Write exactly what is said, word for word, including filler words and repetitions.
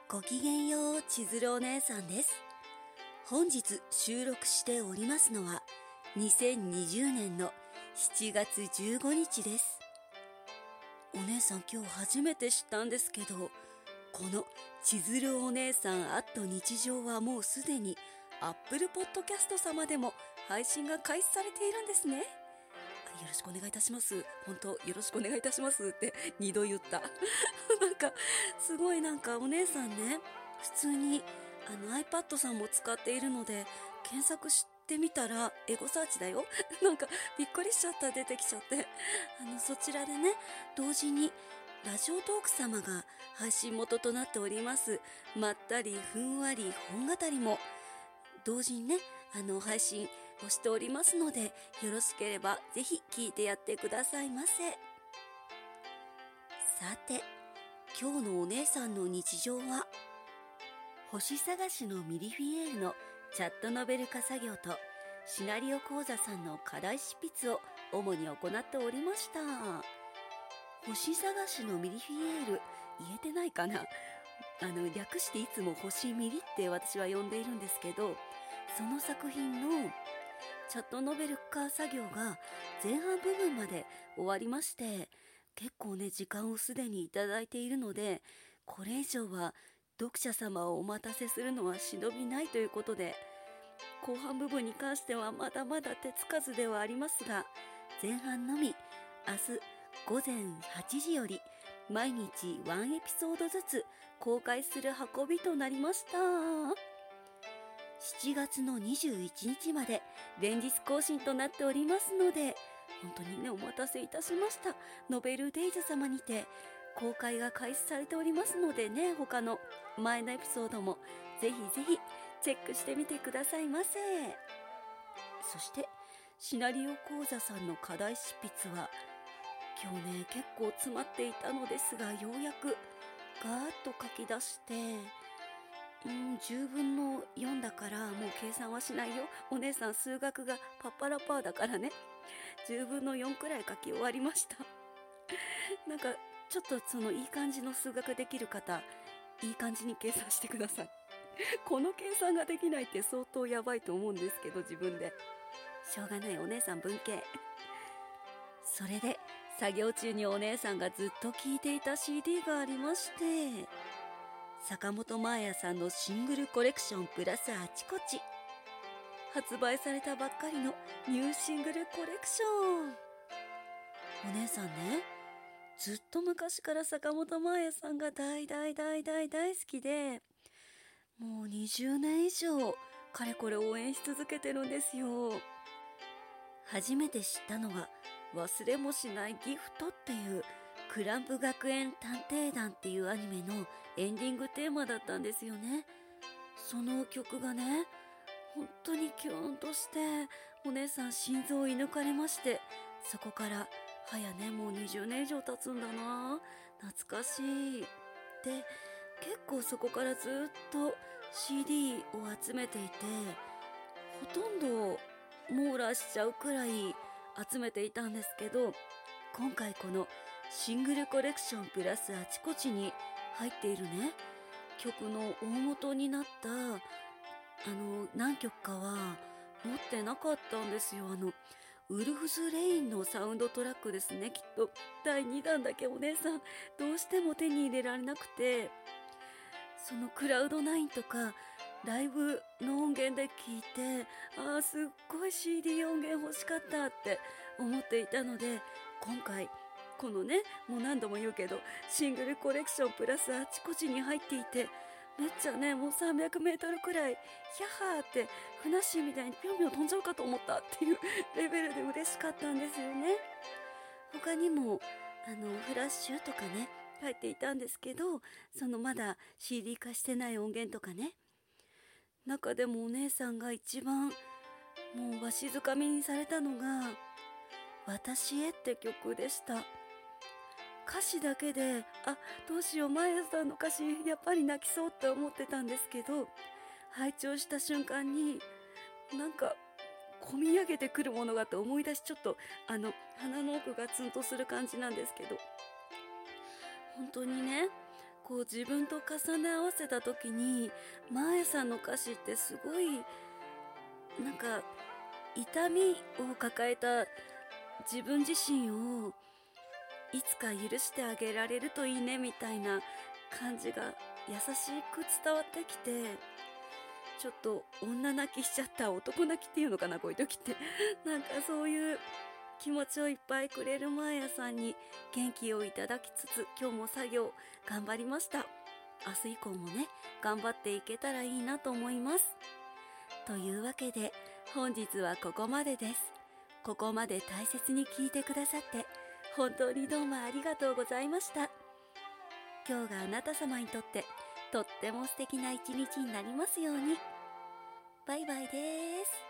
ごきげんよう、千鶴お姉さんです。本日収録しておりますのはにせんにじゅうねんのしちがつじゅうごにちです。お姉さん、今日初めて知ったんですけど、この千鶴お姉さんアット日常はもうすでに Apple Podcast 様でも配信が開始されているんですね。よろしくお願いいたします。本当よろしくお願いいたしますってにど言ったなんかすごい、なんかお姉さんね、普通にあの iPad さんも使っているので検索してみたらエゴサーチだよなんかびっくりしちゃった。出てきちゃって、あのそちらでね、同時にラジオトーク様が配信元となっておりますまったりふんわり本語りも同時にね、あの配信をしておりますので、よろしければぜひ聞いてやってくださいませ。さて、今日のお姉さんの日常は星探しのミリフィエールのチャットノベル化作業とシナリオ講座さんの課題執筆を主に行っておりました。星探しのミリフィエール、言えてないかな。あの略していつも星ミリって私は呼んでいるんですけど、その作品のチャットノベル化作業が前半部分まで終わりまして、結構ね時間をすでにいただいているので、これ以上は読者様をお待たせするのは忍びないということで、後半部分に関してはまだまだ手つかずではありますが、前半のみ明日ごぜんはちじより毎日ワンエピソードずつ公開する運びとなりました。しちがつのにじゅういちにちまで連日更新となっておりますので、本当にねお待たせいたしました。ノベルデイズ様にて公開が開始されておりますのでね、他の前のエピソードもぜひぜひチェックしてみてくださいませ。そしてシナリオ講座さんの課題執筆は今日ね結構詰まっていたのですが、ようやくガーッと書き出して、うんじゅうぶんのよんだからもう計算はしないよ。お姉さん数学がパッパラパーだからね、じゅうぶんのよんくらい書き終わりましたなんかちょっとそのいい感じの数学できる方、いい感じに計算してくださいこの計算ができないって相当やばいと思うんですけど、自分でしょうがない、お姉さん文系それで作業中にお姉さんがずっと聴いていた シーディー がありまして、坂本真綾さんのシングルコレクションプラスあちこち、発売されたばっかりのニューシングルコレクション。お姉さんね、ずっと昔から坂本真綾さんが大大大大大好きで、もうにじゅうねん以上かれこれ応援し続けてるんですよ。初めて知ったのが忘れもしないギフトっていうクランプ学園探偵団っていうアニメのエンディングテーマだったんですよね。その曲がね本当にキュンとして、お姉さん心臓を射抜かれまして、そこから早ねもうにじゅうねん以上経つんだな、懐かしい。で結構そこからずっと シーディー を集めていて、ほとんど網羅しちゃうくらい集めていたんですけど、今回このシングルコレクションプラスあちこちに入っているね曲の大元になったあの何曲かは持ってなかったんですよ。あのウルフズレインのサウンドトラックですね。きっとだいにだんだけお姉さんどうしても手に入れられなくて、そのクラウドナインとかライブの音源で聞いて、あーすっごい シーディー 音源欲しかったって思っていたので、今回このねもう何度も言うけどシングルコレクションプラスあちこちに入っていて、めっちゃねもうさんびゃくメートルくらいヒャッハーってふなっしーみたいにぴょんぴょん飛んじゃうかと思ったっていうレベルで嬉しかったんですよね。他にもあのフラッシュとかね入っていたんですけど、そのまだ シーディー 化してない音源とかね、中でもお姉さんが一番もうわしづかみにされたのが私へって曲でした。歌詞だけであどうしよう、マヤさんの歌詞やっぱり泣きそうって思ってたんですけど、拝聴した瞬間になんか込み上げてくるものがと思い出し、ちょっとあの鼻の奥がツンとする感じなんですけど、本当にねこう自分と重ね合わせた時に、マーヤさんの歌詞ってすごいなんか痛みを抱えた自分自身をいつか許してあげられるといいねみたいな感じが優しく伝わってきて、ちょっと女泣きしちゃった、男泣きっていうのかな、こういう時ってなんかそういう気持ちをいっぱいくれるマーヤさんに元気をいただきつつ、今日も作業頑張りました。明日以降もね、頑張っていけたらいいなと思います。というわけで本日はここまでです。ここまで大切に聞いてくださって本当にどうもありがとうございました。今日があなた様にとってとっても素敵な一日になりますように。バイバイです。